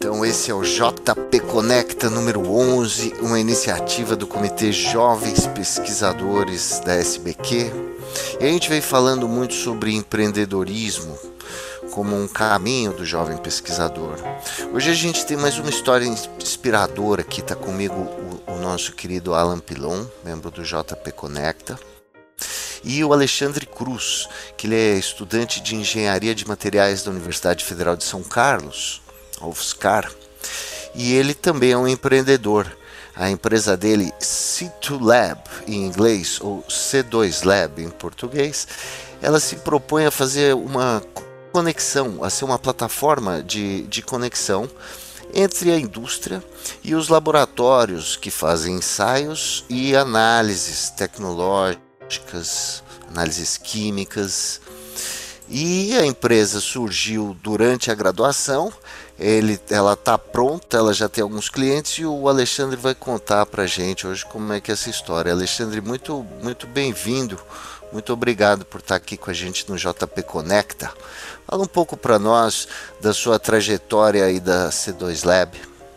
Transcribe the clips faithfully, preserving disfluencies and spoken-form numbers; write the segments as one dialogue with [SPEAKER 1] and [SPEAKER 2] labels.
[SPEAKER 1] Então esse é o J P Conecta número onze, uma iniciativa do Comitê Jovens Pesquisadores da S B Q. E a gente vem falando muito sobre empreendedorismo como um caminho do jovem pesquisador. Hoje a gente tem mais uma história inspiradora aqui. Está comigo o, o nosso querido Alan Pilon, membro do J P Conecta, e o Alexandre Cruz, que ele é estudante de Engenharia de Materiais da Universidade Federal de São Carlos, a UFSCar, e ele também é um empreendedor. A empresa dele, C dois Lab em inglês, ou C dois Lab em português, ela se propõe a fazer uma conexão, a ser uma plataforma de, de conexão entre a indústria e os laboratórios que fazem ensaios e análises tecnológicas, análises químicas. E a empresa surgiu durante a graduação. Ele, ela está pronta, ela já tem alguns clientes e o Alexandre vai contar para a gente hoje como é que é essa história. Alexandre, muito, muito bem-vindo, muito obrigado por estar aqui com a gente no J P Conecta. Fala um pouco para nós da sua trajetória aí da C dois Lab.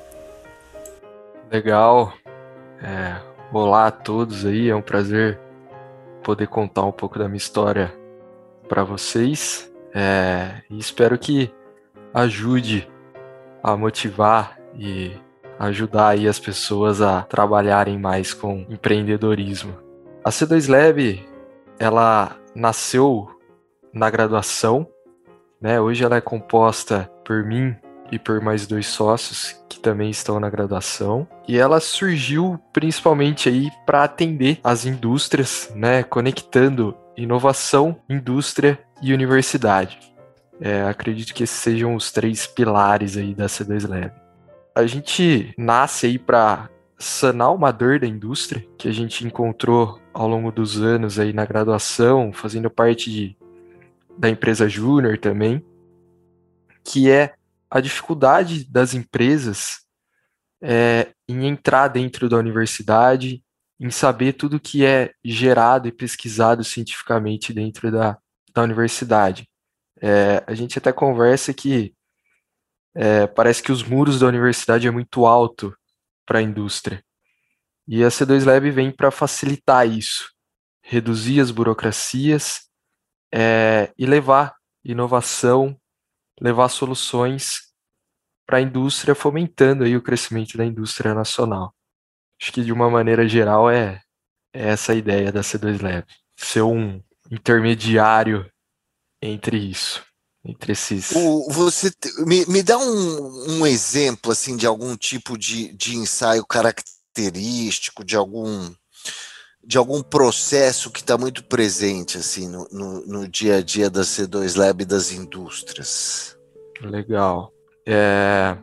[SPEAKER 2] Legal, é, olá a todos aí, é um prazer poder contar um pouco da minha história para vocês, é, e espero que ajude a motivar e ajudar aí as pessoas a trabalharem mais com empreendedorismo. A C dois Lab, ela nasceu na graduação, né? Hoje ela é composta por mim e por mais dois sócios que também estão na graduação, e ela surgiu principalmente aí para atender as indústrias, né? Conectando inovação, indústria e universidade. É, acredito que esses sejam os três pilares aí da C dois Lab. A gente nasce aí para sanar uma dor da indústria que a gente encontrou ao longo dos anos aí na graduação, fazendo parte de, da empresa Júnior também, que é a dificuldade das empresas é, em entrar dentro da universidade, em saber tudo que é gerado e pesquisado cientificamente dentro da, da universidade. É, a gente até conversa que é, parece que os muros da universidade é muito alto para a indústria. E a C dois Lab vem para facilitar isso, reduzir as burocracias é, e levar inovação, levar soluções para a indústria, fomentando aí o crescimento da indústria nacional. Acho que de uma maneira geral é, é essa a ideia da C dois Lab, ser um intermediário entre isso. Entre esses...
[SPEAKER 1] O, você me, me dá um, um exemplo assim de algum tipo de, de ensaio característico, de algum, de algum processo que está muito presente assim no, no, no dia a dia da C dois Lab e das indústrias.
[SPEAKER 2] Legal. É...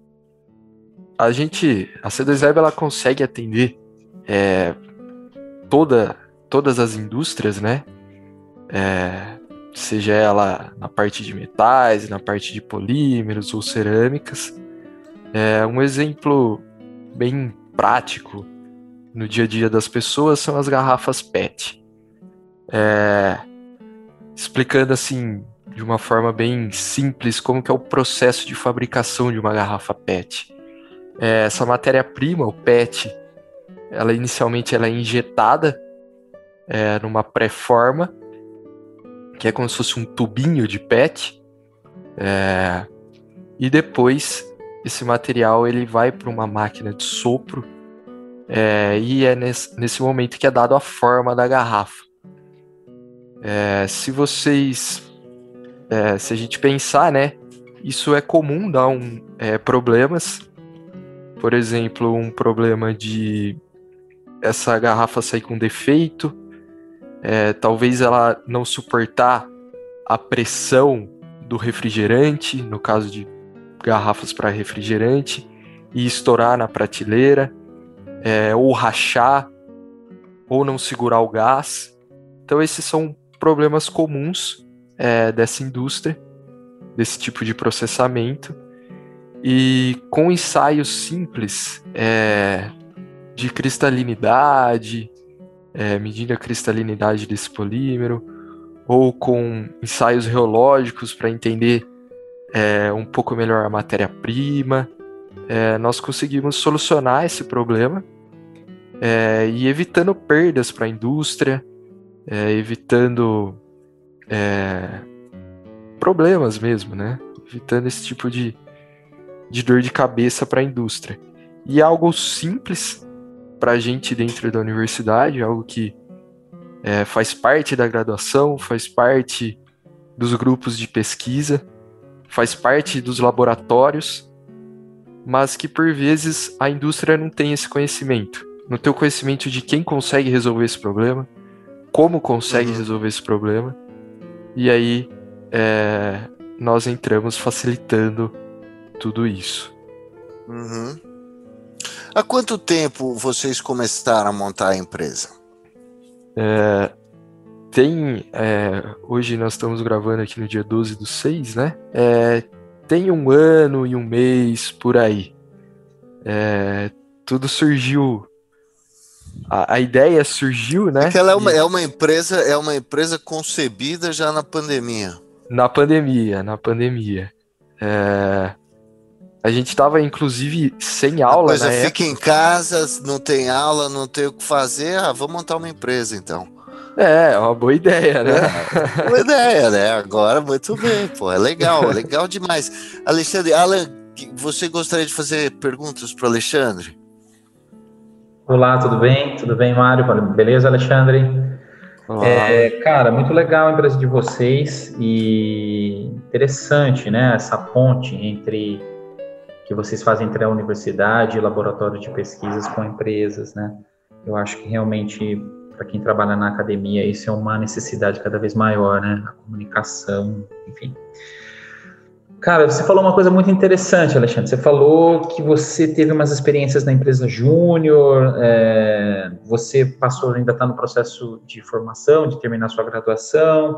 [SPEAKER 2] A gente, a C dois Lab, ela consegue atender é, toda, todas as indústrias, né? É... Seja ela na parte de metais, na parte de polímeros ou cerâmicas. É, um exemplo bem prático no dia a dia das pessoas são as garrafas P E T. É, explicando assim, de uma forma bem simples, como que é o processo de fabricação de uma garrafa P E T. É, essa matéria-prima, o P E T, ela inicialmente ela é injetada é, numa pré-forma, que é como se fosse um tubinho de P E T, é, e depois esse material ele vai para uma máquina de sopro, é, e é nesse, nesse momento que é dado a forma da garrafa. É, se vocês, é, se a gente pensar, né, isso é comum dar um, é, problemas, por exemplo, um problema de essa garrafa sair com defeito, É, talvez ela não suportar a pressão do refrigerante, no caso de garrafas para refrigerante, e estourar na prateleira, é, ou rachar, ou não segurar o gás. Então esses são problemas comuns é, dessa indústria, desse tipo de processamento, e com ensaios simples é, de cristalinidade, É, medindo a cristalinidade desse polímero, ou com ensaios reológicos para entender é, um pouco melhor a matéria-prima, é, nós conseguimos solucionar esse problema é, e evitando perdas para a indústria, é, evitando é, problemas mesmo, né? Evitando esse tipo de, de dor de cabeça para a indústria. E é algo simples para a gente dentro da universidade, algo que é, faz parte da graduação, faz parte dos grupos de pesquisa, faz parte dos laboratórios, mas que por vezes a indústria não tem esse conhecimento. Não tem o conhecimento de quem consegue resolver esse problema, como consegue
[SPEAKER 1] Uhum.
[SPEAKER 2] resolver esse problema, e aí é, nós entramos facilitando tudo isso.
[SPEAKER 1] Uhum. Há quanto tempo vocês começaram a montar a empresa?
[SPEAKER 2] É, tem, é, hoje nós estamos gravando aqui no dia doze do seis, né? É, tem um ano e um mês por aí. É, tudo surgiu, a, a ideia surgiu,
[SPEAKER 1] É
[SPEAKER 2] né?
[SPEAKER 1] que ela é uma,
[SPEAKER 2] E
[SPEAKER 1] é uma empresa, é uma empresa concebida já na pandemia.
[SPEAKER 2] na pandemia, na pandemia. É, a gente estava, inclusive, sem
[SPEAKER 1] A
[SPEAKER 2] aula na
[SPEAKER 1] coisa fica em
[SPEAKER 2] época.
[SPEAKER 1] casa, não tem aula, não tem o que fazer. Ah, vou montar uma empresa então.
[SPEAKER 2] É, é uma boa ideia, né?
[SPEAKER 1] É, boa ideia, né? Agora, muito bem, pô. É legal, legal demais. Alexandre, Alan, você gostaria de fazer perguntas para o Alexandre?
[SPEAKER 3] Olá, tudo bem? Tudo bem, Mário? Beleza, Alexandre?
[SPEAKER 2] Olá.
[SPEAKER 3] É, cara, muito legal a empresa de vocês e interessante, né? Essa ponte entre que vocês fazem entre a universidade e laboratório de pesquisas com empresas, né? Eu acho que realmente, para quem trabalha na academia, isso é uma necessidade cada vez maior, né? A comunicação, enfim. Cara, você falou uma coisa muito interessante, Alexandre. Você falou que você teve umas experiências na empresa júnior, é, você passou, ainda está no processo de formação, de terminar sua graduação,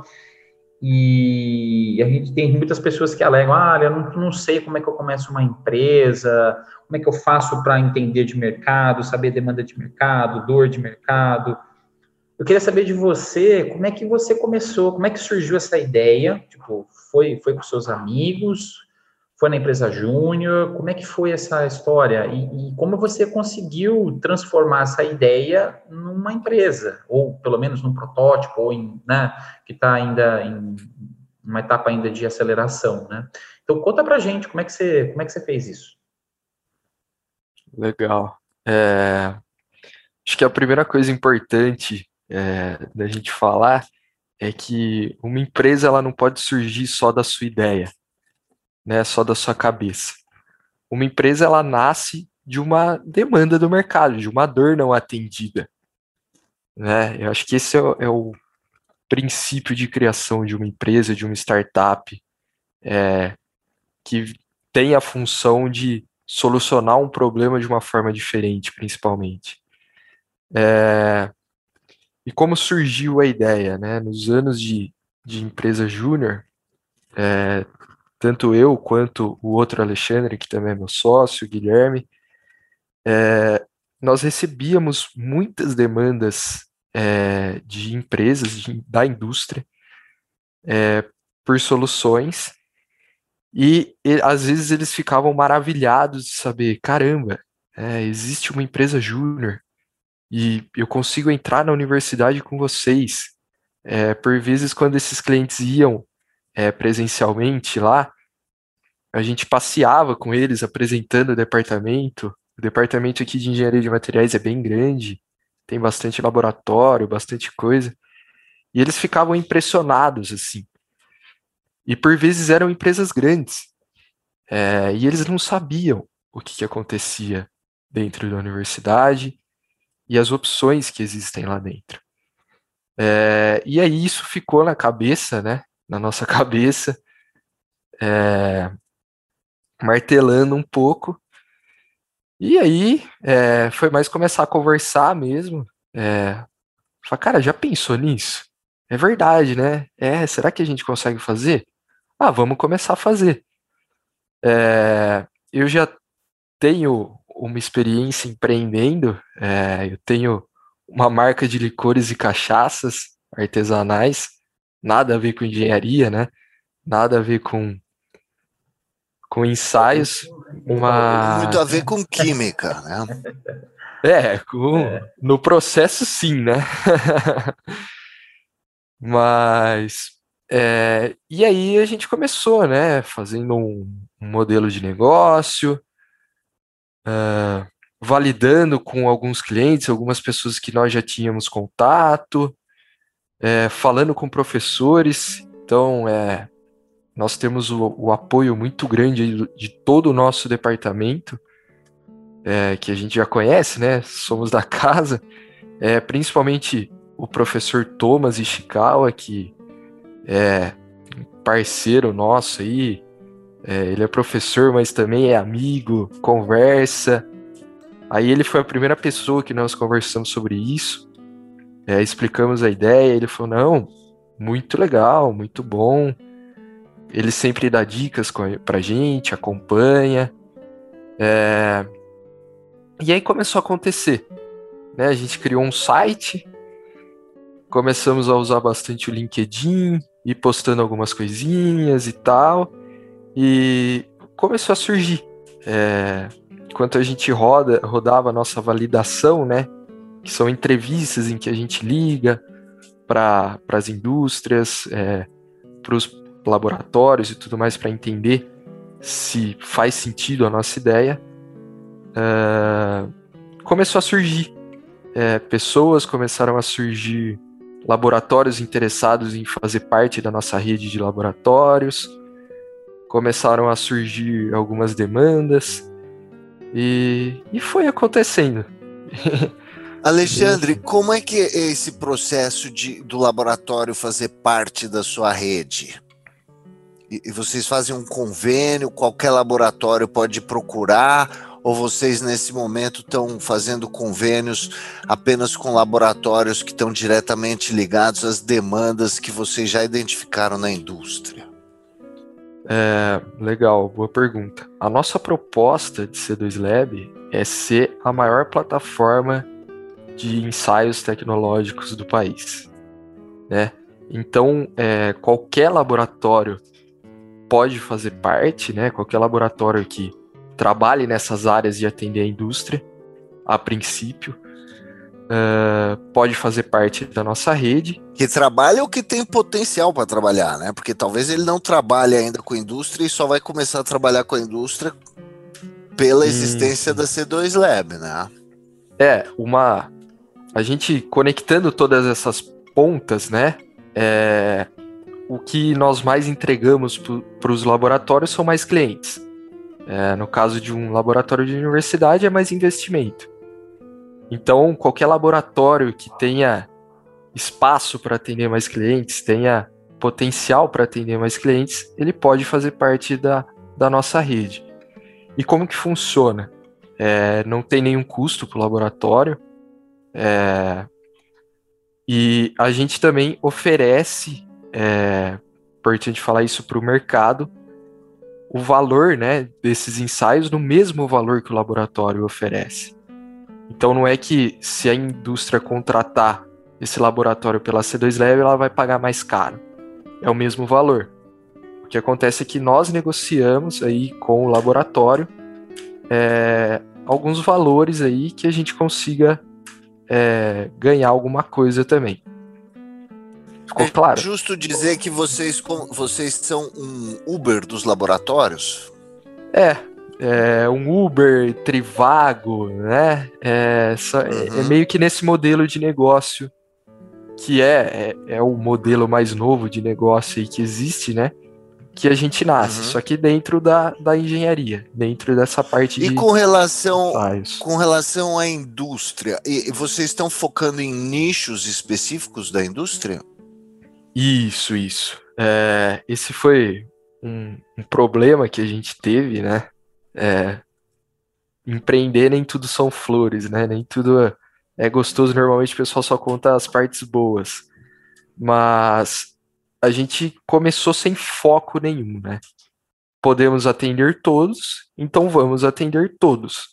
[SPEAKER 3] e a gente tem muitas pessoas que alegam, ah, eu não, não sei como é que eu começo uma empresa, como é que eu faço para entender de mercado, saber demanda de mercado, dor de mercado. Eu queria saber de você, como é que você começou, como é que surgiu essa ideia? Tipo, foi, foi com seus amigos? Foi na empresa júnior? Como é que foi essa história? E, e como você conseguiu transformar essa ideia numa empresa? Ou pelo menos num protótipo, ou em, né, que está ainda em uma etapa ainda de aceleração, né? Então, conta pra gente, como é que você, como é que você fez isso?
[SPEAKER 2] Legal. É, acho que a primeira coisa importante é, da gente falar é que uma empresa ela não pode surgir só da sua ideia, né? Só da sua cabeça. Uma empresa ela nasce de uma demanda do mercado, de uma dor não atendida, né? Eu acho que esse é o, é o princípio de criação de uma empresa, de uma startup, é, que tem a função de solucionar um problema de uma forma diferente, principalmente. É, e como surgiu a ideia, né? Nos anos de, de empresa júnior, é, tanto eu quanto o outro Alexandre, que também é meu sócio, o Guilherme, é, nós recebíamos muitas demandas é, de empresas, de, da indústria, é, por soluções, e, e às vezes eles ficavam maravilhados de saber, caramba, é, existe uma empresa júnior e eu consigo entrar na universidade com vocês. É, por vezes, quando esses clientes iam é, presencialmente lá, a gente passeava com eles, apresentando o departamento. O departamento aqui de engenharia de materiais é bem grande, tem bastante laboratório, bastante coisa. E eles ficavam impressionados, assim. E por vezes eram empresas grandes. É, e eles não sabiam o que, que acontecia dentro da universidade e as opções que existem lá dentro. É, e aí isso ficou na cabeça, né? Na nossa cabeça, é, martelando um pouco. E aí é, foi mais começar a conversar mesmo. É, falar, cara, já pensou nisso? É verdade, né? É, será que a gente consegue fazer? Ah, vamos começar a fazer. É, eu já tenho uma experiência empreendendo, é, eu tenho uma marca de licores e cachaças artesanais, nada a ver com engenharia, né? Nada a ver com, com ensaios, Mas...
[SPEAKER 1] Muito a ver com química, né?
[SPEAKER 2] É, com...
[SPEAKER 3] É.
[SPEAKER 2] no processo sim, né? Mas... é, e aí a gente começou, né? Fazendo um, um modelo de negócio, uh, validando com alguns clientes, algumas pessoas que nós já tínhamos contato, é, falando com professores. Então, é, nós temos o, o apoio muito grande de todo o nosso departamento, é, que a gente já conhece, né? Somos da casa, é, principalmente o professor Thomas Ishikawa, que é parceiro nosso aí. É, ele é professor, mas também é amigo, conversa. Aí ele foi a primeira pessoa que nós conversamos sobre isso, é, explicamos a ideia, ele falou, não, muito legal, muito bom. Ele sempre dá dicas pra gente, acompanha. É... E aí começou a acontecer, né? A gente criou um site, começamos a usar bastante o LinkedIn, e postando algumas coisinhas e tal, e começou a surgir. É... Enquanto a gente roda, rodava a nossa validação, né? Que são entrevistas em que a gente liga para as indústrias, é, para os laboratórios e tudo mais para entender se faz sentido a nossa ideia, uh, começou a surgir é, pessoas, começaram a surgir laboratórios interessados em fazer parte da nossa rede de laboratórios, começaram a surgir algumas demandas e, e foi acontecendo.
[SPEAKER 1] Alexandre, como é que é esse processo de, do laboratório fazer parte da sua rede? E, e vocês fazem um convênio, qualquer laboratório pode procurar, ou vocês nesse momento estão fazendo convênios apenas com laboratórios que estão diretamente ligados às demandas que vocês já identificaram na indústria?
[SPEAKER 2] É, legal, boa pergunta. A nossa proposta de C dois Lab é ser a maior plataforma de ensaios tecnológicos do país, né? Então, é, qualquer laboratório pode fazer parte, né? Qualquer laboratório que trabalhe nessas áreas de atender a indústria, a princípio, uh, pode fazer parte da nossa rede.
[SPEAKER 1] Que trabalha ou que tem potencial para trabalhar, né? Porque talvez ele não trabalhe ainda com a indústria e só vai começar a trabalhar com a indústria pela existência hum. da C dois Lab, né?
[SPEAKER 2] É, uma... A gente conectando todas essas pontas, né? É, o que nós mais entregamos para os laboratórios são mais clientes. É, no caso de um laboratório de universidade, é mais investimento. Então, qualquer laboratório que tenha espaço para atender mais clientes, tenha potencial para atender mais clientes, ele pode fazer parte da, da nossa rede. E como que funciona? É, não tem nenhum custo para o laboratório. É, e a gente também oferece, é importante falar isso para o mercado, o valor, né, desses ensaios no mesmo valor que o laboratório oferece. Então não é que se a indústria contratar esse laboratório pela C dois Lab, ela vai pagar mais caro. É o mesmo valor. O que acontece é que nós negociamos aí com o laboratório é, alguns valores aí que a gente consiga É, ganhar alguma coisa também. Ficou
[SPEAKER 1] é
[SPEAKER 2] claro?
[SPEAKER 1] É justo dizer que vocês, vocês são um Uber dos laboratórios?
[SPEAKER 2] É, é um Uber, Trivago, né? É, só, uhum. é, é meio que nesse modelo de negócio que é, é, é o modelo mais novo de negócio aí que existe, né? Que a gente nasce, uhum. só que dentro da, da engenharia, dentro dessa parte
[SPEAKER 1] e
[SPEAKER 2] de...
[SPEAKER 1] E com relação, com relação à indústria, e, e vocês estão focando em nichos específicos da indústria?
[SPEAKER 2] Isso, isso. É, esse foi um, um problema que a gente teve, né? É, empreender nem tudo são flores, né? Nem tudo é, é gostoso, normalmente o pessoal só conta as partes boas. Mas... a gente começou sem foco nenhum, né? Podemos atender todos, então vamos atender todos.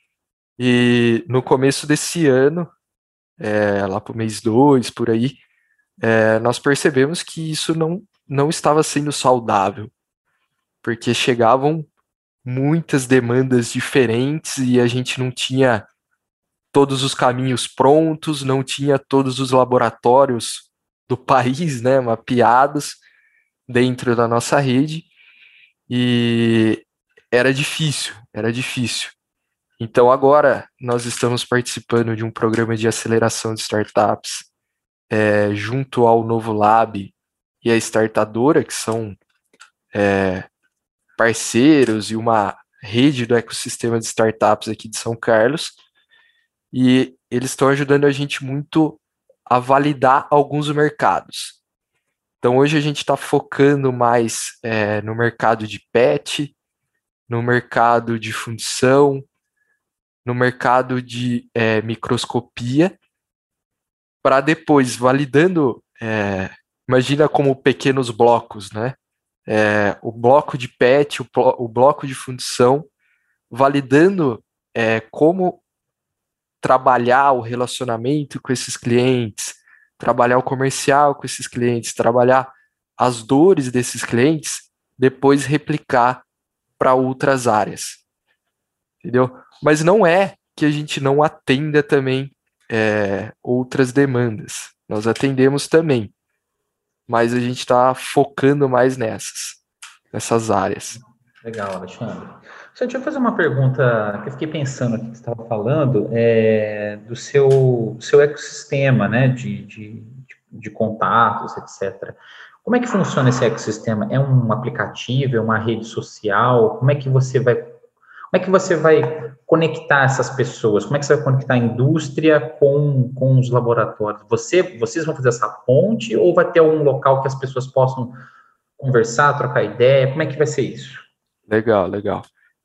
[SPEAKER 2] E no começo desse ano, é, lá pro mês dois, por aí, é, nós percebemos que isso não, não estava sendo saudável, porque chegavam muitas demandas diferentes e a gente não tinha todos os caminhos prontos, não tinha todos os laboratórios do país, né, mapeados dentro da nossa rede, e era difícil, era difícil. Então agora nós estamos participando de um programa de aceleração de startups é, junto ao Novo Lab e a Startadora, que são é, parceiros e uma rede do ecossistema de startups aqui de São Carlos, e eles estão ajudando a gente muito a validar alguns mercados. Então hoje a gente está focando mais é, no mercado de pet, no mercado de fundição, no mercado de é, microscopia, para depois, validando, é, imagina como pequenos blocos, né? É, o bloco de pet, o, o bloco de fundição, validando é, como trabalhar o relacionamento com esses clientes, trabalhar o comercial com esses clientes, trabalhar as dores desses clientes, depois replicar para outras áreas, entendeu? Mas não é que a gente não atenda também é, outras demandas, nós atendemos também, mas a gente está focando mais nessas, nessas áreas.
[SPEAKER 3] Legal, Alexandre. Só deixa eu fazer uma pergunta que eu fiquei pensando aqui que você estava falando, é, do seu, seu ecossistema, né, de, de, de contatos, etcétera. Como é que funciona esse ecossistema? É um aplicativo, é uma rede social? Como é que você vai, como é que você vai conectar essas pessoas? Como é que você vai conectar a indústria com, com os laboratórios? Você, vocês vão fazer essa ponte ou vai ter algum local que as pessoas possam conversar, trocar ideia? Como é que vai ser isso?
[SPEAKER 2] Legal, legal.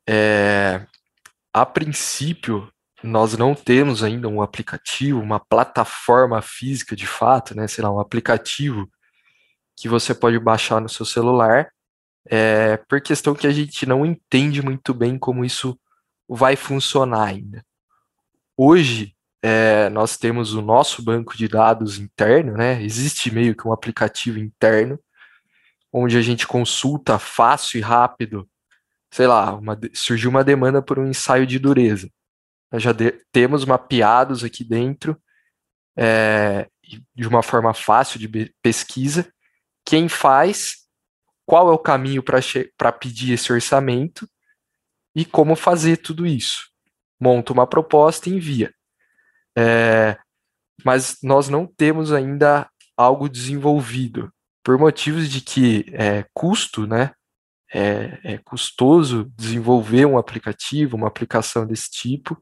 [SPEAKER 2] É, a princípio, nós não temos ainda um aplicativo, uma plataforma física de fato, né? Sei lá, um aplicativo que você pode baixar no seu celular, é, por questão que a gente não entende muito bem como isso vai funcionar ainda. Hoje, é, nós temos o nosso banco de dados interno, né? Existe meio que um aplicativo interno, onde a gente consulta fácil e rápido, sei lá, uma, surgiu uma demanda por um ensaio de dureza. Nós já de, temos mapeados aqui dentro, é, de uma forma fácil de pesquisa, quem faz, qual é o caminho para pedir esse orçamento e como fazer tudo isso. Monta uma proposta e envia. É, mas nós não temos ainda algo desenvolvido, por motivos de que é custo, né? É, é custoso desenvolver um aplicativo, uma aplicação desse tipo,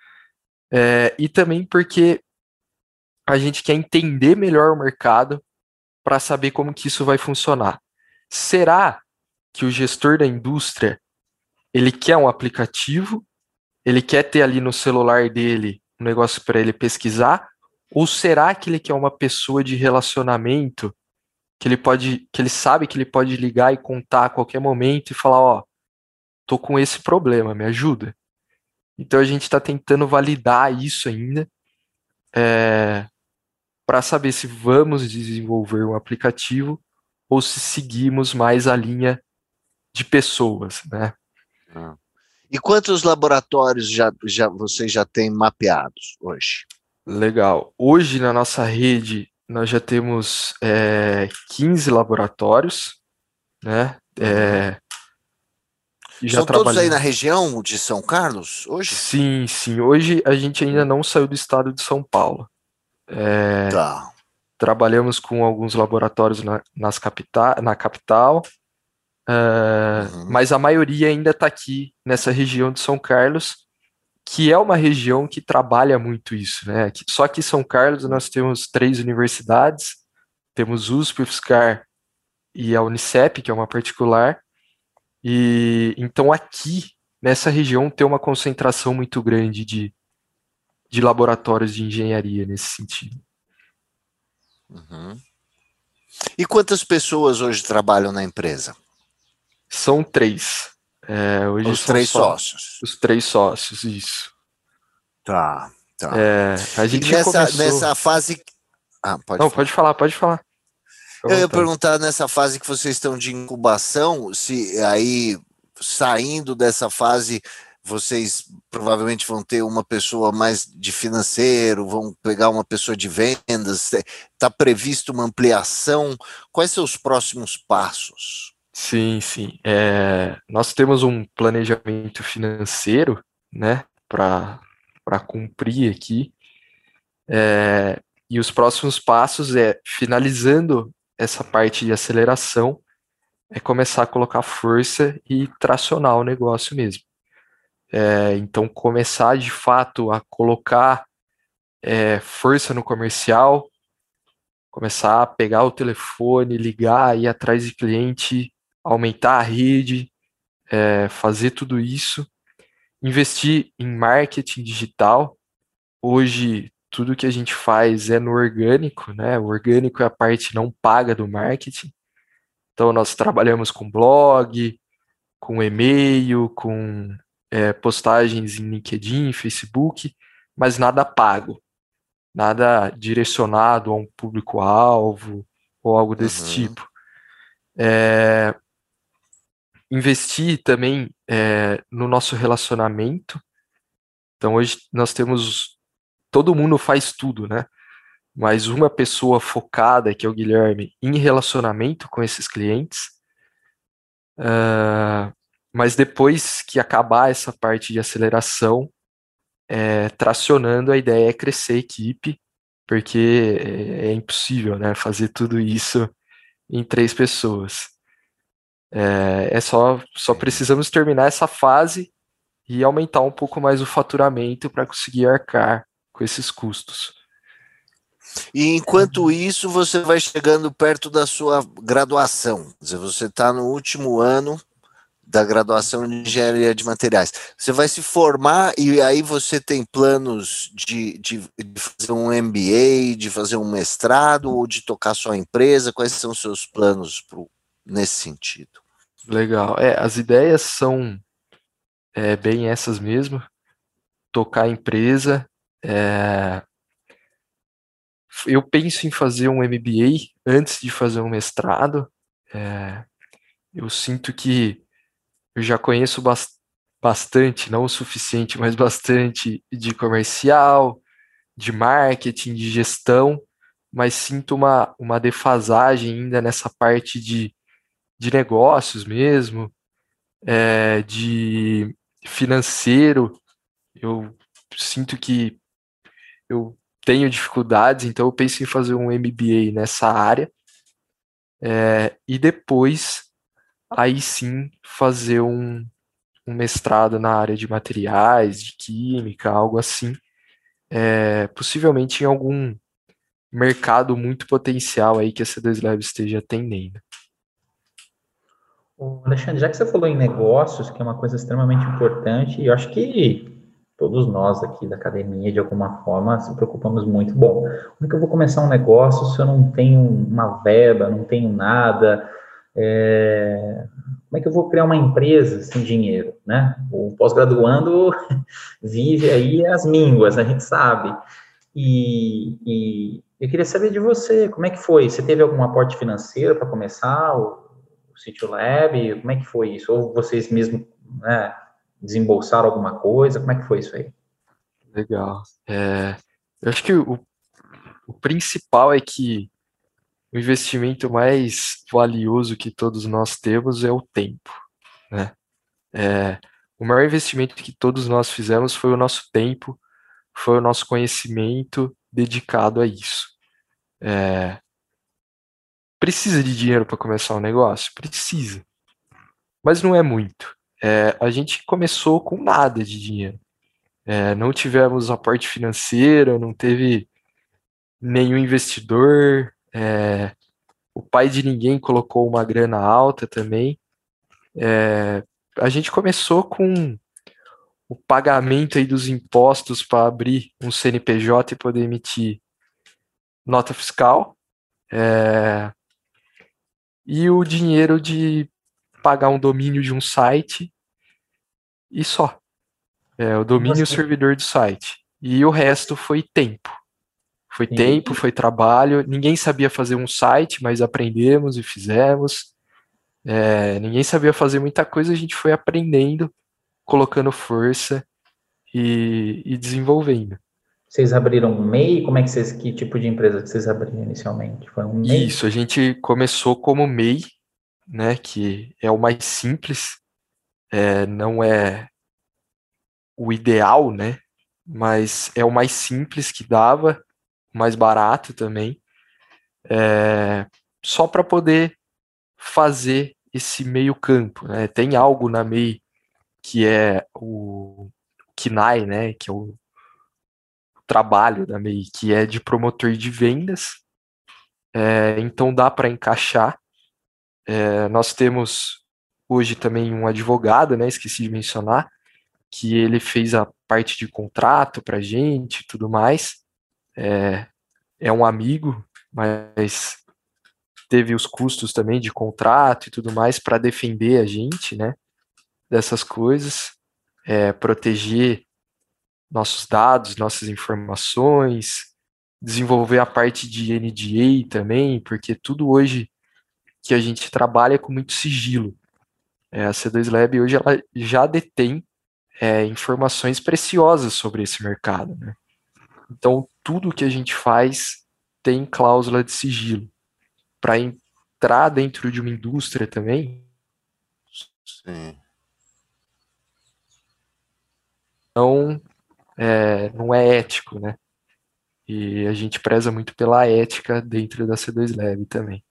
[SPEAKER 2] é, e também porque a gente quer entender melhor o mercado para saber como que isso vai funcionar. Será que o gestor da indústria ele quer um aplicativo, ele quer ter ali no celular dele um negócio para ele pesquisar, ou será que ele quer uma pessoa de relacionamento que ele pode, que ele sabe que ele pode ligar e contar a qualquer momento e falar, ó, tô com esse problema, me ajuda? Então a gente está tentando validar isso ainda, é, para saber se vamos desenvolver um aplicativo ou se seguimos mais a linha de pessoas, né?
[SPEAKER 1] Ah. E quantos laboratórios já, já vocês já têm mapeados hoje?
[SPEAKER 2] Legal. Hoje na nossa rede nós já temos é, quinze laboratórios, né? É, já
[SPEAKER 1] São todos aí
[SPEAKER 2] trabalhamos...
[SPEAKER 1] na região de São Carlos hoje?
[SPEAKER 2] Sim, sim. Hoje a gente ainda não saiu do estado de São Paulo. É,
[SPEAKER 1] tá.
[SPEAKER 2] Trabalhamos com alguns laboratórios na, nas capita na capital, uh, uhum. mas a maioria ainda está aqui nessa região de São Carlos, que é uma região que trabalha muito isso, né? Só que em São Carlos nós temos três universidades, temos U S P, UFSCar e a Unicep, que é uma particular, e então aqui, nessa região, tem uma concentração muito grande de, de laboratórios de engenharia nesse sentido.
[SPEAKER 1] Uhum. E quantas pessoas hoje trabalham na empresa?
[SPEAKER 2] São três. É, hoje
[SPEAKER 1] os
[SPEAKER 2] são
[SPEAKER 1] três
[SPEAKER 2] só
[SPEAKER 1] sócios.
[SPEAKER 2] Os três sócios, isso.
[SPEAKER 1] Tá, tá.
[SPEAKER 2] É, a gente
[SPEAKER 1] e nessa,
[SPEAKER 2] começou...
[SPEAKER 1] nessa fase... Ah, pode
[SPEAKER 2] Não,
[SPEAKER 1] falar.
[SPEAKER 2] pode falar, pode falar.
[SPEAKER 1] Eu ia perguntar, nessa fase que vocês estão de incubação, se aí saindo dessa fase, vocês provavelmente vão ter uma pessoa mais de financeiro, vão pegar uma pessoa de vendas, está previsto uma ampliação? Quais são os próximos passos?
[SPEAKER 2] Sim, sim. É, nós temos um planejamento financeiro, né, para para cumprir aqui. É, e os próximos passos é, finalizando essa parte de aceleração, é começar a colocar força e tracionar o negócio mesmo. É, então, começar de fato a colocar é, força no comercial, começar a pegar o telefone, ligar, ir atrás de cliente, aumentar a rede, é, fazer tudo isso, investir em marketing digital. Hoje, tudo que a gente faz é no orgânico, né? O orgânico é a parte não paga do marketing. Então, nós trabalhamos com blog, com e-mail, com é, postagens em LinkedIn, Facebook, mas nada pago, nada direcionado a um público-alvo ou algo desse
[SPEAKER 1] Uhum.
[SPEAKER 2] tipo. É, investir também é, no nosso relacionamento. Então, hoje nós temos. Todo mundo faz tudo, né? Mas uma pessoa focada, que é o Guilherme, em relacionamento com esses clientes. Uh, mas depois que acabar essa parte de aceleração, é, tracionando, a ideia é crescer a equipe, porque é, é impossível, né, fazer tudo isso em três pessoas. É, é só, só precisamos terminar essa fase e aumentar um pouco mais o faturamento para conseguir arcar com esses custos.
[SPEAKER 1] E enquanto isso, você vai chegando perto da sua graduação. Quer dizer, você está no último ano da graduação em engenharia de materiais. Você vai se formar e aí você tem planos de, de, de fazer um M B A, de fazer um mestrado ou de tocar sua empresa? Quais são os seus planos pro, nesse sentido?
[SPEAKER 2] Legal. É, as ideias são é, bem essas mesmo. Tocar a empresa. É... Eu penso em fazer um M B A antes de fazer um mestrado. É... Eu sinto que eu já conheço bas- bastante, não o suficiente, mas bastante de comercial, de marketing, de gestão, mas sinto uma, uma defasagem ainda nessa parte de, de negócios mesmo, é, de financeiro. Eu sinto que eu tenho dificuldades, então eu penso em fazer um M B A nessa área, é, e depois, aí sim, fazer um, um mestrado na área de materiais, de química, algo assim, é, possivelmente em algum mercado muito potencial aí que a C dois Labs esteja atendendo.
[SPEAKER 3] Ô, Alexandre, já que você falou em negócios, que é uma coisa extremamente importante, e eu acho que todos nós aqui da academia, de alguma forma, se preocupamos muito. Bom, como é que eu vou começar um negócio se eu não tenho uma verba, não tenho nada? É... Como é que eu vou criar uma empresa sem dinheiro, né? O pós-graduando vive aí as mínguas, a gente sabe. E, e eu queria saber de você, como é que foi? Você teve algum aporte financeiro para começar o, o Sítio Lab? Como é que foi isso? Ou vocês mesmos, né, desembolsaram alguma coisa? Como é que foi isso aí?
[SPEAKER 2] Legal. É, eu acho que o, o principal é que o investimento mais valioso que todos nós temos é o tempo, né? É, o maior investimento que todos nós fizemos foi o nosso tempo, foi o nosso conhecimento dedicado a isso. É, precisa de dinheiro para começar um negócio? Precisa, mas não é muito. É, a gente começou com nada de dinheiro. É, não tivemos aporte financeiro, não teve nenhum investidor, é, o pai de ninguém colocou uma grana alta também. É, a gente começou com o pagamento aí dos impostos para abrir um C N P J e poder emitir nota fiscal, é, e o dinheiro de pagar um domínio de um site e só. É, o domínio e o servidor do site. E o resto foi tempo. Foi
[SPEAKER 3] Sim.
[SPEAKER 2] tempo, foi trabalho. Ninguém sabia fazer um site, mas aprendemos e fizemos. É, ninguém sabia fazer muita coisa, a gente foi aprendendo, colocando força e, e desenvolvendo.
[SPEAKER 3] Vocês abriram um M E I? Como é que vocês, que tipo de empresa que vocês abriram inicialmente? Foi um M E I?
[SPEAKER 2] Isso, a gente começou como M E I, né, que é o mais simples, é, não é o ideal, né, mas é o mais simples que dava, o mais barato também, é, só para poder fazer esse meio campo, né? Tem algo na M E I que é o K N A I, né, que é o trabalho da M E I, que é de promotor de vendas, é, então dá para encaixar. É, nós temos hoje também um advogado, né, esqueci de mencionar, que ele fez a parte de contrato para gente e tudo mais. É, é um amigo, mas teve os custos também de contrato e tudo mais para defender a gente, né, dessas coisas, é, proteger nossos dados, nossas informações, desenvolver a parte de N D A também, porque tudo hoje que a gente trabalha é com muito sigilo. É, a C dois Lab hoje ela já detém é, informações preciosas sobre esse mercado, né? Então, tudo que a gente faz tem cláusula de sigilo. Para entrar dentro de uma indústria também,
[SPEAKER 1] Sim.
[SPEAKER 2] não é, não é ético, né? E a gente preza muito pela ética dentro da C dois Lab também.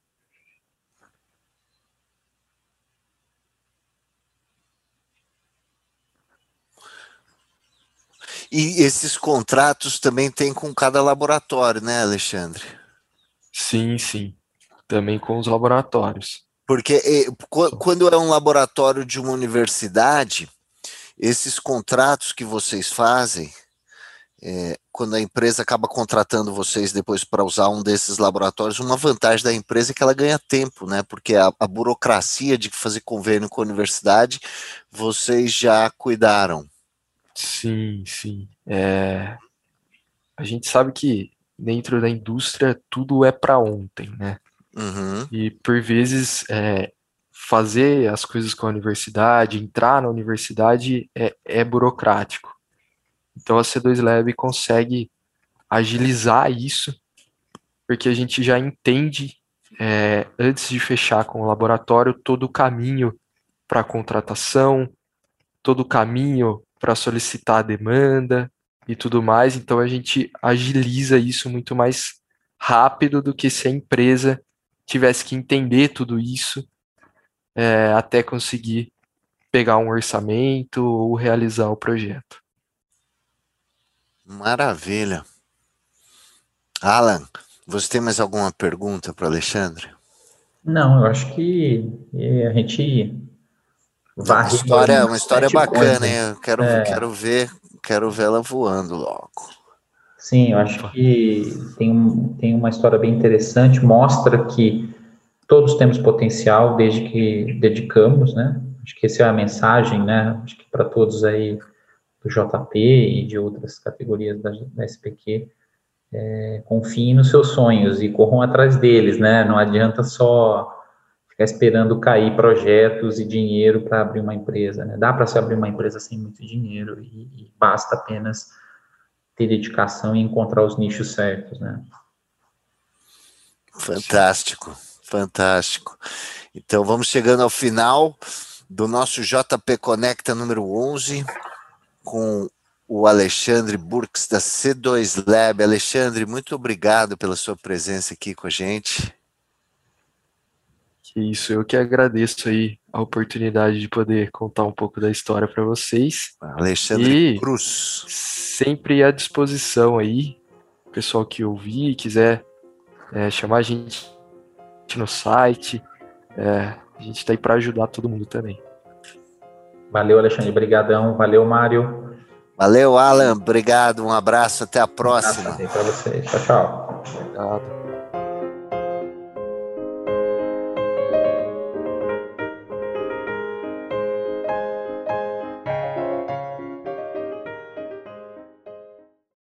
[SPEAKER 1] E esses contratos também tem com cada laboratório, né, Alexandre?
[SPEAKER 2] Sim, sim. Também com os laboratórios.
[SPEAKER 1] Porque eh, qu- quando é um laboratório de uma universidade, esses contratos que vocês fazem, é, quando a empresa acaba contratando vocês depois para usar um desses laboratórios, uma vantagem da empresa é que ela ganha tempo, né? Porque a, a burocracia de fazer convênio com a universidade, vocês já cuidaram.
[SPEAKER 2] Sim, sim. É, a gente sabe que dentro da indústria tudo é para ontem, né?
[SPEAKER 1] Uhum.
[SPEAKER 2] E por vezes é, fazer as coisas com a universidade, entrar na universidade é, é burocrático. Então a C dois Lab consegue agilizar isso, porque a gente já entende, é, antes de fechar com o laboratório, todo o caminho para a contratação, todo o caminho para solicitar a demanda e tudo mais. Então a gente agiliza isso muito mais rápido do que se a empresa tivesse que entender tudo isso, é, até conseguir pegar um orçamento ou realizar o projeto.
[SPEAKER 1] Maravilha. Alan, você tem mais alguma pergunta para Alexandre?
[SPEAKER 3] Não, eu acho que eh, a gente
[SPEAKER 1] É uma
[SPEAKER 3] varreu aí
[SPEAKER 1] história, uma história
[SPEAKER 3] bastante
[SPEAKER 1] bacana, hein?
[SPEAKER 3] coisa.
[SPEAKER 1] Eu quero,
[SPEAKER 3] É,
[SPEAKER 1] quero ver, quero vê-la voando logo.
[SPEAKER 3] sim, eu acho
[SPEAKER 2] Opa.
[SPEAKER 3] que tem, um, tem uma história bem interessante, mostra que todos temos potencial desde que dedicamos, né? Acho que essa é a mensagem, né? Acho que para todos aí do J P e de outras categorias da, da S P Q, é, confiem nos seus sonhos e corram atrás deles, né? Não adianta só ficar esperando cair projetos e dinheiro para abrir uma empresa, né? Dá para se abrir uma empresa sem muito dinheiro e, e basta apenas ter dedicação e encontrar os nichos certos, né?
[SPEAKER 1] Fantástico, fantástico. Então vamos chegando ao final do nosso J P Conecta número onze com o Alexandre Burks da C dois Lab. Alexandre, muito obrigado pela sua presença aqui com a gente.
[SPEAKER 2] Que isso, eu que agradeço aí a oportunidade de poder contar um pouco da história para vocês.
[SPEAKER 1] Alexandre
[SPEAKER 2] E
[SPEAKER 1] Cruz.
[SPEAKER 2] sempre à disposição aí, o pessoal que ouvir, quiser é, chamar a gente no site, é, a gente está aí para ajudar todo mundo também.
[SPEAKER 3] Valeu, Alexandre, brigadão. Valeu, Mário.
[SPEAKER 1] Valeu, Alan. Obrigado. Um abraço. Até a próxima.
[SPEAKER 3] Um abraço para vocês. Tchau, tchau.
[SPEAKER 2] Obrigado.